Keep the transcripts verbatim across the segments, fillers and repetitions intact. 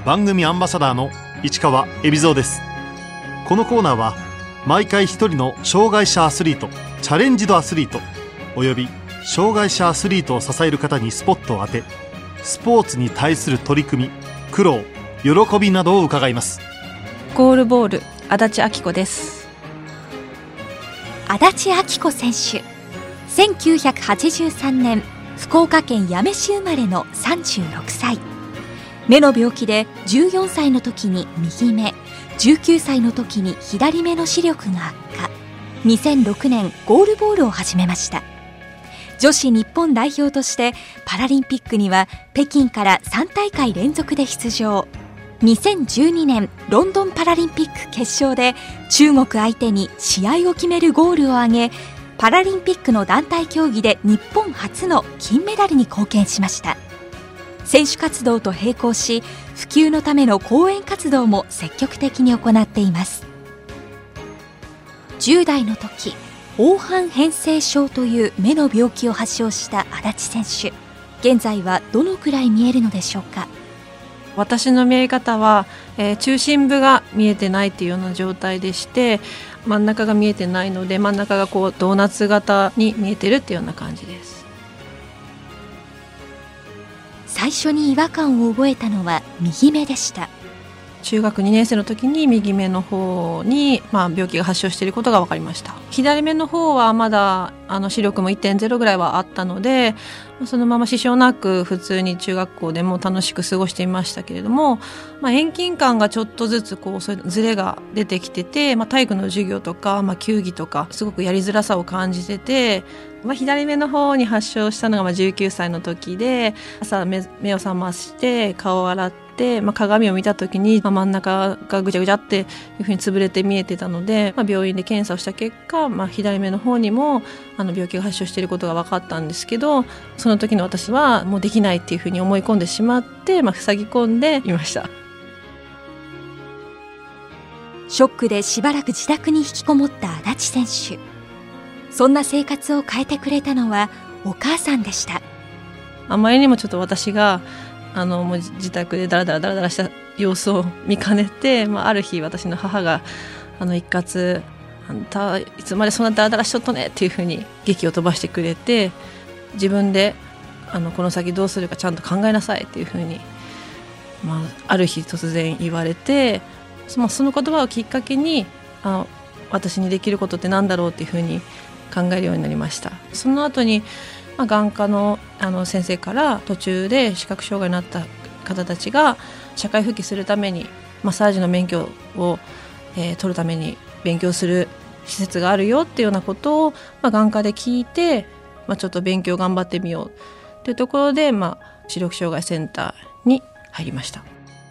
番組アンバサダーの市川海老蔵です。このコーナーは毎回一人の障害者アスリート、チャレンジドアスリートおよび障害者アスリートを支える方にスポットを当て、スポーツに対する取り組み、苦労、喜びなどを伺います。 ゴールボール足立亜希子です。 足立亜希子選手、せんきゅうひゃくはちじゅうさんねん福岡県八女市生まれのさんじゅうろくさい。目の病気でじゅうよんさいの時に右目、じゅうきゅうさいの時に左目の視力が悪化。にせんろくねんゴールボールを始めました。女子日本代表としてパラリンピックには北京からさん大会連続で出場。にせんじゅうにねんロンドンパラリンピック決勝で中国相手に試合を決めるゴールを挙げ、パラリンピックの団体競技で日本初の金メダルに貢献しました。選手活動と並行し、普及のための講演活動も積極的に行っています。じゅう代の時、黄斑変性症という目の病気を発症した足立選手。現在はどのくらい見えるのでしょうか。 私の見え方は、えー、中心部が見えてないというような状態でして、真ん中が見えてないので、真ん中がこうドーナツ型に見えてるっていうような感じです。 最初に違和感を覚えたのは右目でした。 中学にねん生の時に右目の方に、まあ、病気が発症していることが分かりました。左目の方はまだあの視力も いってんゼロ ぐらいはあったので、そのまま支障なく普通に中学校でも楽しく過ごしていましたけれども、まあ、遠近感がちょっとずつこうそういうズレが出てきてて、まあ、体育の授業とか、まあ、球技とかすごくやりづらさを感じてて、まあ、左目の方に発症したのがまあじゅうきゅうさいの時で、朝 目, 目を覚まして顔を洗ってでまあ、鏡を見た時に、まあ、真ん中がぐちゃぐちゃっていう風に潰れて見えてたので、まあ、病院で検査をした結果、まあ、左目の方にもあの病気が発症していることが分かったんですけど、その時の私はもうできないっていう風に思い込んでしまって、まあ、塞ぎ込んでいました。 ショックでしばらく自宅に引きこもった足立選手。そんな生活を変えてくれたのはお母さんでした。 あまりにもちょっと私があのもう自宅でダラダラダラダラした様子を見かねて、まあ、ある日私の母があの一括あんたいつまでそんなダラダラしとっとねっていうふうに劇を飛ばしてくれて、自分であのこの先どうするかちゃんと考えなさいっていうふうに、まあ、ある日突然言われて、その、その言葉をきっかけにあ私にできることってなんだろうっていうふうに考えるようになりました。その後にまあ、眼科 の, あの先生から途中で視覚障害になった方たちが社会復帰するためにマッサージの免許を、えー、取るために勉強する施設があるよっていうようなことを、まあ、眼科で聞いて、まあ、ちょっと勉強頑張ってみようというところで、まあ、視力障害センターに入りました。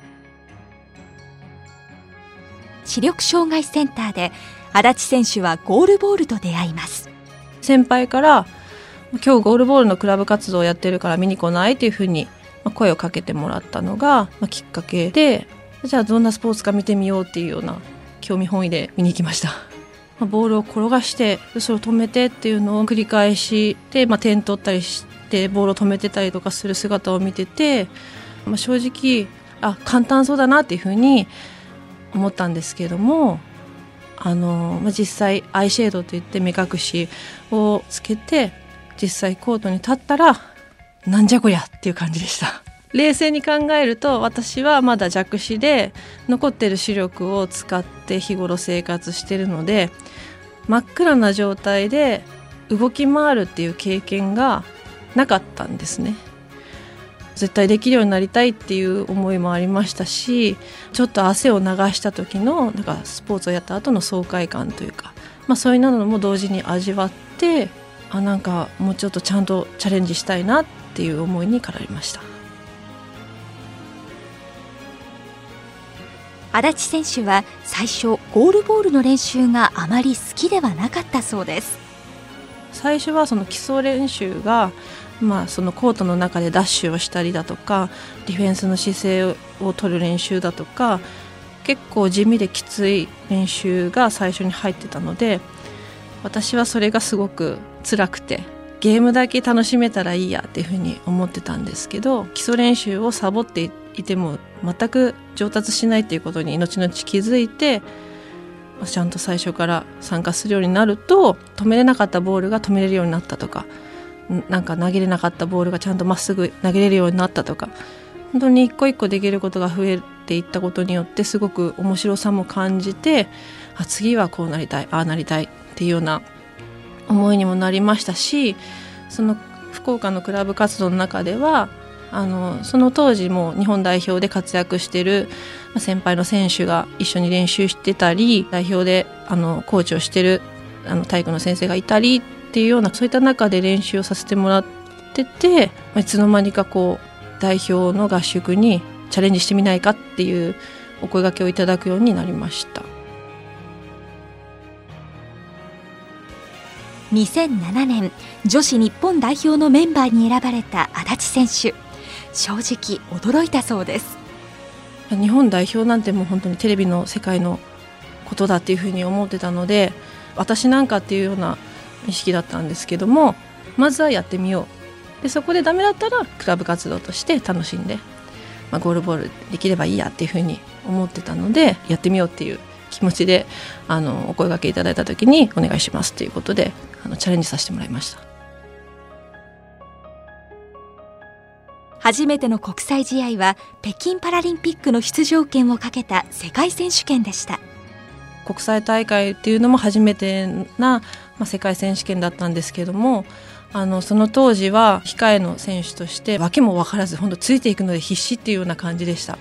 視力障害センターで足立選手はゴールボールと出会います。 先輩から今日ゴールボールのクラブ活動をやってるから見に来ないというふうに声をかけてもらったのがきっかけで、じゃあどんなスポーツか見てみようっていうような興味本位で見に行きました。ボールを転がしてそれを止めてっていうのを繰り返しで、まあ、点取ったりしてボールを止めてたりとかする姿を見てて、まあ、正直あ簡単そうだなっていうふうに思ったんですけども、あの、まあ、実際アイシェードといって目隠しをつけて実際コートに立ったらなんじゃこりゃっていう感じでした。冷静に考えると私はまだ弱視で残っている視力を使って日頃生活しているので、真っ暗な状態で動き回るっていう経験がなかったんですね。絶対できるようになりたいっていう思いもありましたし、ちょっと汗を流した時のなんかスポーツをやった後の爽快感というか、まあ、そういうのも同時に味わって、あなんかもうちょっとちゃんとチャレンジしたいなっていう思いに駆られました。 足立選手は最初ゴールボールの練習があまり好きではなかったそうです。 最初はその基礎練習が、まあ、そのコートの中でダッシュをしたりだとかディフェンスの姿勢を取る練習だとか結構地味できつい練習が最初に入ってたので、私はそれがすごく辛くてゲームだけ楽しめたらいいやっていうふうに思ってたんですけど、基礎練習をサボっていても全く上達しないっていうことに後々気づいて、ちゃんと最初から参加するようになると、止めれなかったボールが止めれるようになったとか、なんか投げれなかったボールがちゃんとまっすぐ投げれるようになったとか、本当に一個一個できることが増えていったことによってすごく面白さも感じて、あ次はこうなりたい、ああなりたいっていうような思いにもなりましたし、その福岡のクラブ活動の中ではあのその当時も日本代表で活躍している先輩の選手が一緒に練習してたり、代表であのコーチをしているあの体育の先生がいたりっていうような、そういった中で練習をさせてもらってて、いつの間にかこう代表の合宿にチャレンジしてみないかっていうお声掛けをいただくようになりました。 にせんななねん女子日本代表のメンバーに選ばれた足立選手、正直驚いたそうです。 日本代表なんてもう本当にテレビの世界のことだっていうふうに思ってたので、私なんかっていうような意識だったんですけども、まずはやってみよう、でそこでダメだったらクラブ活動として楽しんで、まあ、ゴールボールできればいいやっていうふうに思ってたので、やってみようっていう気持ちであのお声掛けいただいた時にお願いしますということであのチャレンジさせてもらいました。 初めての国際試合は北京パラリンピックの出場権をかけた世界選手権でした。 国際大会っていうのも初めてな、まあ、世界選手権だったんですけども、あのその当時は控えの選手として訳も分からず本当ついていくので必死っていうような感じでした。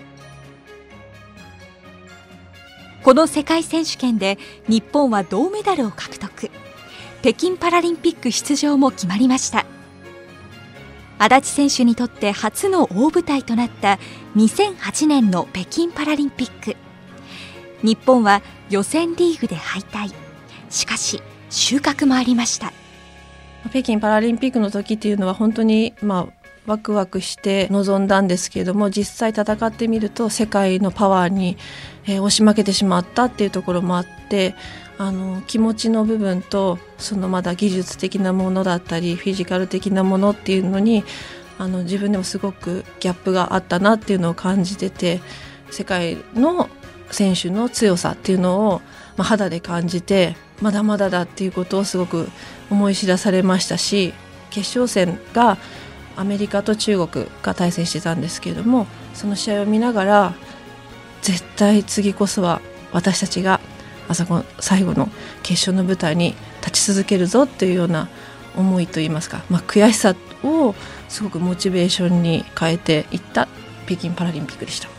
この世界選手権で日本は銅メダルを獲得、北京パラリンピック出場も決まりました。足立選手にとって初の大舞台となったにせんはちねんの北京パラリンピック、日本は予選リーグで敗退。しかし収穫もありました。 北京パラリンピックの時っていうのは本当にまあワクワクして臨んだんですけれども、実際戦ってみると世界のパワーに、えー、押し負けてしまったっていうところもあって、あの気持ちの部分とそのまだ技術的なものだったりフィジカル的なものっていうのにあの自分でもすごくギャップがあったなっていうのを感じてて、世界の選手の強さっていうのを、まあ、肌で感じて、まだまだだっていうことをすごく思い知らされましたし、決勝戦がアメリカと中国が対戦してたんですけれども、その試合を見ながら絶対次こそは私たちがあそこ最後の決勝の舞台に立ち続けるぞっていうような思いといいますか、まあ、悔しさをすごくモチベーションに変えていった北京パラリンピックでした。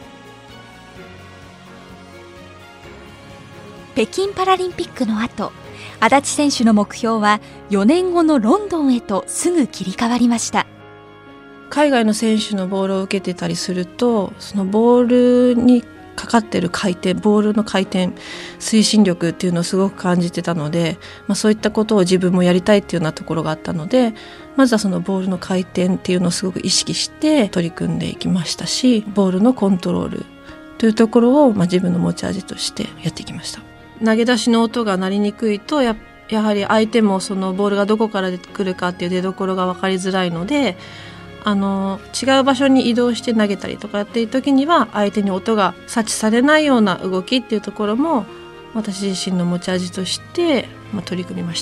北京パラリンピックの後、足立選手の目標はよねんごのロンドンへとすぐ切り替わりました。 海外の選手のボールを受けてたりすると、そのボールにかかってる回転、ボールの回転、推進力っていうのをすごく感じてたので、まあ、そういったことを自分もやりたいっていうようなところがあったので、まずはそのボールの回転っていうのをすごく意識して取り組んでいきましたし、ボールのコントロールというところを、まあ、自分の持ち味としてやっていきました。投げ出しの音が鳴りにくいと や, やはり相手もそのボールがどこから来るかっていう出どころが分かりづらいので、あの違う場所に移動して投げたりとかっていう時には相手に音が察知されないような動きっていうところも私自身の持ち味として、まあ、取り組みました。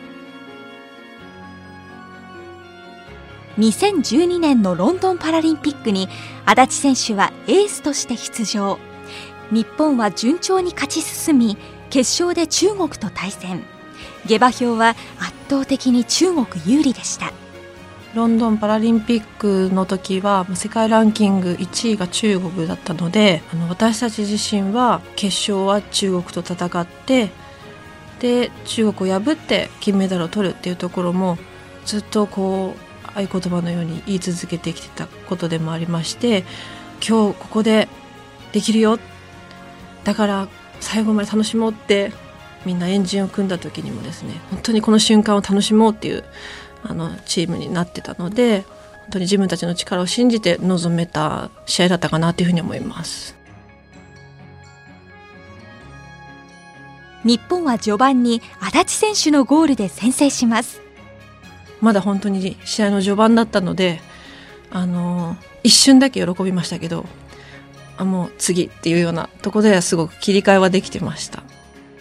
にせんじゅうにねんのロンドンパラリンピックに足立選手はエースとして出場。日本は順調に勝ち進み、決勝で中国と対戦。下馬評は圧倒的に中国有利でした。 ロンドンパラリンピックの時は世界ランキングいちいが中国だったので、あの私たち自身は決勝は中国と戦って、で中国を破って金メダルを取るっていうところもずっとこう合言葉のように言い続けてきてたことでもありまして、今日ここでできるよ、だから最後まで楽しもうってみんなエンジンを組んだ時にもですね、本当にこの瞬間を楽しもうっていうあのチームになってたので、本当に自分たちの力を信じて臨めた試合だったかなというふうに思います。 日本は序盤に足立選手のゴールで先制します。 まだ本当に試合の序盤だったので、 あの一瞬だけ喜びましたけど、あもう次っていうようなところではすごく切り替えはできてました。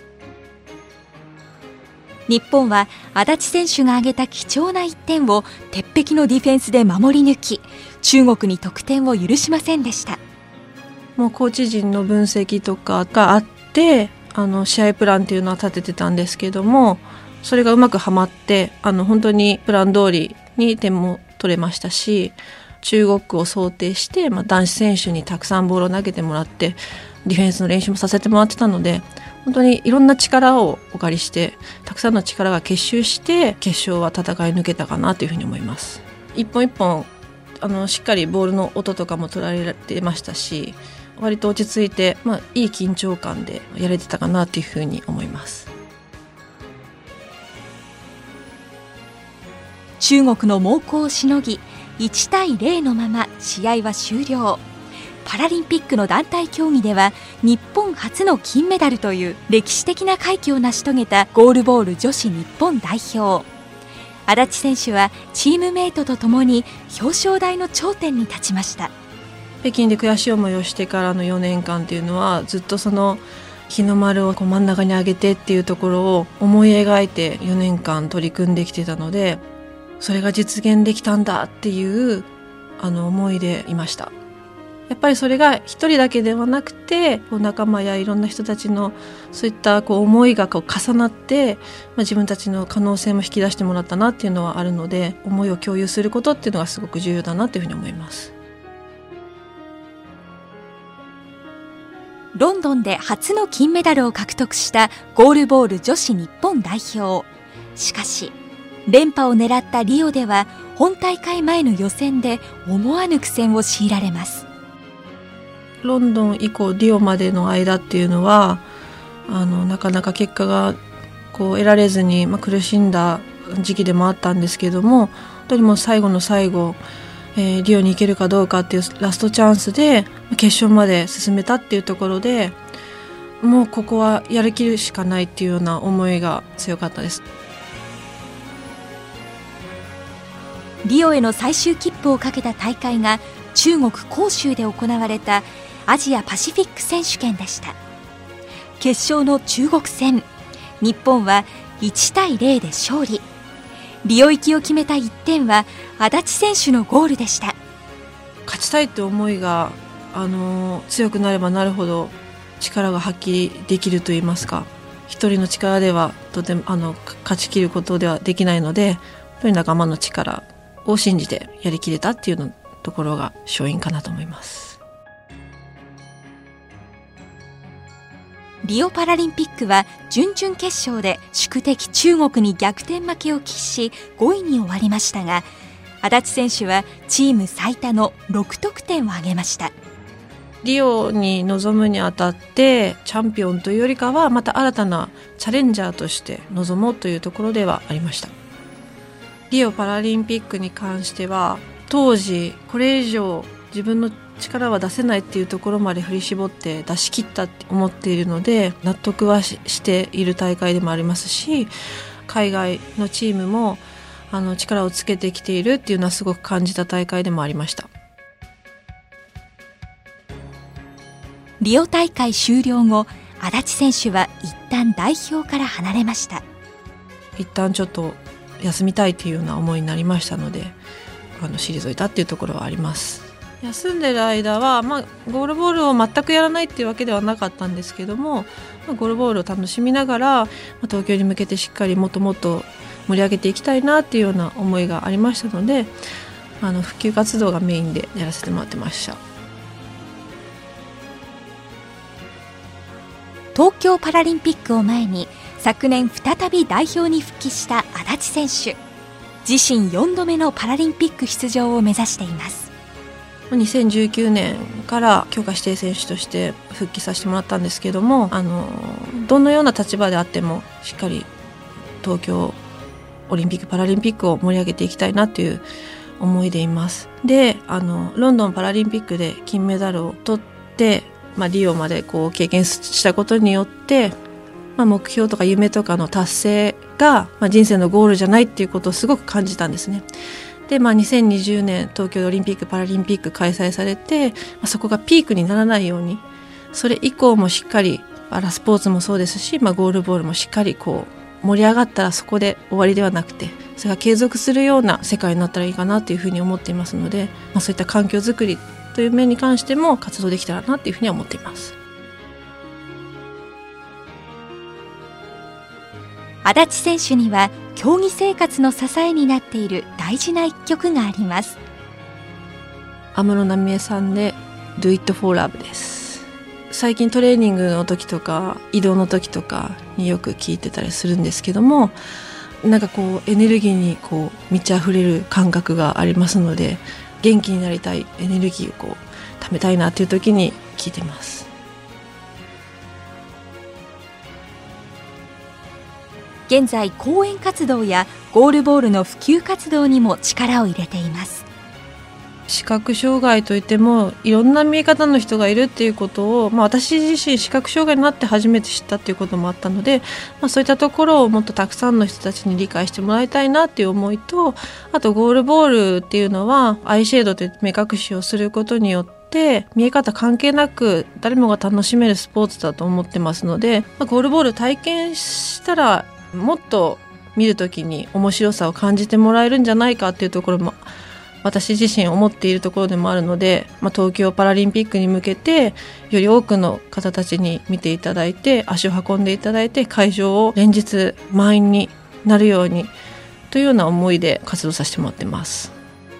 日本は足立選手が挙げた貴重ないってんを鉄壁のディフェンスで守り抜き、中国に得点を許しませんでした。 もうコーチ陣の分析とかがあってあの試合プランっていうのは立ててたんですけども、それがうまくはまってあの本当にプラン通りに点も取れましたし、中国を想定して、まあ、男子選手にたくさんボールを投げてもらってディフェンスの練習もさせてもらってたので、本当にいろんな力をお借りしてたくさんの力が結集して決勝は戦い抜けたかなというふうに思います。一本一本あのしっかりボールの音とかも取られてましたし、割と落ち着いて、まあ、いい緊張感でやれてたかなというふうに思います。 中国の猛攻をしのぎいちたいゼロのまま試合は終了。パラリンピックの団体競技では日本初の金メダルという歴史的な快挙を成し遂げたゴールボール女子日本代表。足立選手はチームメイトとともに表彰台の頂点に立ちました。 北京で悔しい思いをしてからのよねんかんっていうのはずっとその日の丸をこう真ん中に上げてっていうところを思い描いてよねんかん取り組んできてたので、それが実現できたんだっていうあの思いでいました。やっぱりそれが一人だけではなくて、こう仲間やいろんな人たちのそういったこう思いがこう重なって、まあ、自分たちの可能性も引き出してもらったなっていうのはあるので、思いを共有することっていうのがすごく重要だなというふうに思います。 ロンドンで初の金メダルを獲得したゴールボール女子日本代表。しかし連覇を狙ったリオでは本大会前の予選で思わぬ苦戦を強いられます。 ロンドン以降リオまでの間っていうのはあのなかなか結果がこう得られずに、まあ、苦しんだ時期でもあったんですけども、本当にもう最後の最後、えー、リオに行けるかどうかっていうラストチャンスで決勝まで進めたっていうところで、もうここはやりきるしかないっていうような思いが強かったです。 リオへの最終切符をかけた大会が中国広州で行われたアジアパシフィック選手権でした。決勝の中国戦、日本はいちたいゼロで勝利。リオ行きを決めたいってんは足立選手のゴールでした。 勝ちたいって思いが、あのー、強くなればなるほど力が発揮できるといいますか、一人の力ではとてもあの勝ち切ることではできないので、本当に仲間の力を信じてやりきれたっていうのところが勝因かなと思います。 リオパラリンピックは準々決勝で宿敵中国に逆転負けを喫しごいに終わりましたが、足立選手はチーム最多のろくとくてんを挙げました。 リオに臨むにあたってチャンピオンというよりかはまた新たなチャレンジャーとして臨もうというところではありました。リオパラリンピックに関しては当時これ以上自分の力は出せないっていうところまで振り絞って出し切ったって思っているので、納得は し, している大会でもありますし、海外のチームもあの力をつけてきているっていうのはすごく感じた大会でもありました。 リオ大会終了後、足立選手は一旦代表から離れました。 一旦ちょっと休みたいというような思いになりましたので、あの退いたっていうところはあります。休んでる間は、まあ、ゴールボールを全くやらないっていうわけではなかったんですけども、まあ、ゴールボールを楽しみながら、まあ、東京に向けてしっかりもっともっと盛り上げていきたいなっていうような思いがありましたので、あの復旧活動がメインでやらせてもらってました。 東京パラリンピックを前に昨年再び代表に復帰した足立選手。自身よんどめのパラリンピック出場を目指しています。 にせんじゅうきゅうねんから強化指定選手として復帰させてもらったんですけども、あのどのような立場であってもしっかり東京オリンピックパラリンピックを盛り上げていきたいなという思いでいます。で、あのロンドンパラリンピックで金メダルを取って、まあ、リオまでこう経験したことによって、まあ、目標とか夢とかの達成が、まあ、人生のゴールじゃないっていうことをすごく感じたんですね。 で、まあ、にせんにじゅうねん東京オリンピック・パラリンピック開催されて、まあ、そこがピークにならないように、それ以降もしっかりパラスポーツもそうですし、まあ、ゴールボールもしっかりこう盛り上がったらそこで終わりではなくて、それが継続するような世界になったらいいかなというふうに思っていますので、まあ、そういった環境づくりという面に関しても活動できたらなというふうには思っています。 足立選手には競技生活の支えになっている大事な一曲があります。 安室奈美恵さんで Do It for Love です。最近トレーニングの時とか移動の時とかによく聴いてたりするんですけども、なんかこうエネルギーにこう満ち溢れる感覚がありますので、元気になりたい、エネルギーをこう貯めたいなっていう時に聴いてます。 現在講演活動やゴールボールの普及活動にも力を入れています。 視覚障害といってもいろんな見え方の人がいるっていうことを、まあ、私自身視覚障害になって初めて知ったっていうこともあったので、まあ、そういったところをもっとたくさんの人たちに理解してもらいたいなっていう思いと、あとゴールボールっていうのはアイシェードという目隠しをすることによって見え方関係なく誰もが楽しめるスポーツだと思ってますので、まあ、ゴールボール体験したらもっと見るときに面白さを感じてもらえるんじゃないかっていうところも私自身思っているところでもあるので、まあ、東京パラリンピックに向けてより多くの方たちに見ていただいて、足を運んでいただいて、会場を連日満員になるようにというような思いで活動させてもらってます。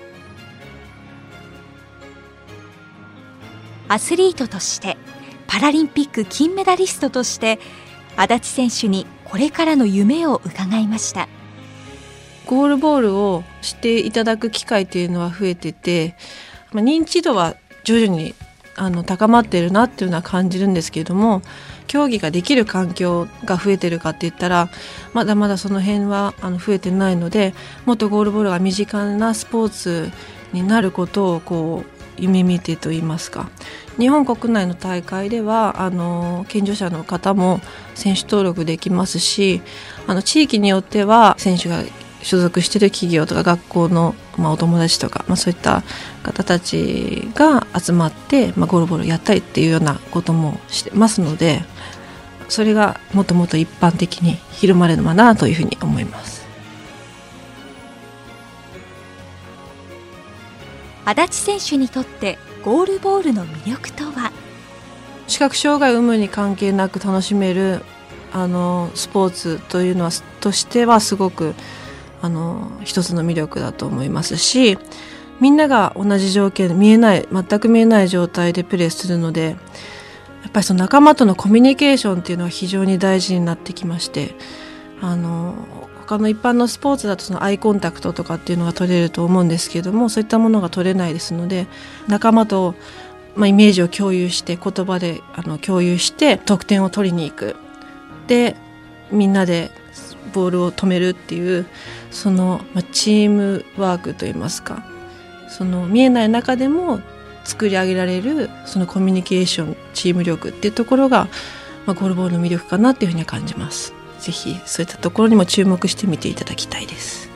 アスリートとしてパラリンピック金メダリストとして足立選手にこれからの夢を伺いました。 ゴールボールを知っていただく機会というのは増えてて、まあ、認知度は徐々にあの高まっているなっていうのは感じるんですけれども、競技ができる環境が増えてるかって言ったらまだまだその辺はあの増えてないので、もっとゴールボールが身近なスポーツになることをこう夢見てといいますか、日本国内の大会ではあの健常者の方も選手登録できますし、あの地域によっては選手が所属している企業とか学校の、まあ、お友達とか、まあ、そういった方たちが集まって、まあ、ゴールボールをやったりっていうようなこともしてますので、それがもっともっと一般的に広まれるのかなというふうに思います。 足立選手にとってゴールボールの魅力とは？ 視覚障害有無に関係なく楽しめるあのスポーツというのはとしてはすごくあの一つの魅力だと思いますし、みんなが同じ条件で見えない全く見えない状態でプレーするので、やっぱりその仲間とのコミュニケーションっていうのは非常に大事になってきまして、あの他の一般のスポーツだとそのアイコンタクトとかっていうのが取れると思うんですけども、そういったものが取れないですので、仲間と、まあ、イメージを共有して言葉であの共有して得点を取りに行く、でみんなでボールを止めるっていうその、まあ、チームワークといいますか、その見えない中でも作り上げられるそのコミュニケーション、チーム力っていうところが、まあ、ゴールボールの魅力かなっていうふうには感じます。ぜひそういったところにも注目して見ていただきたいです。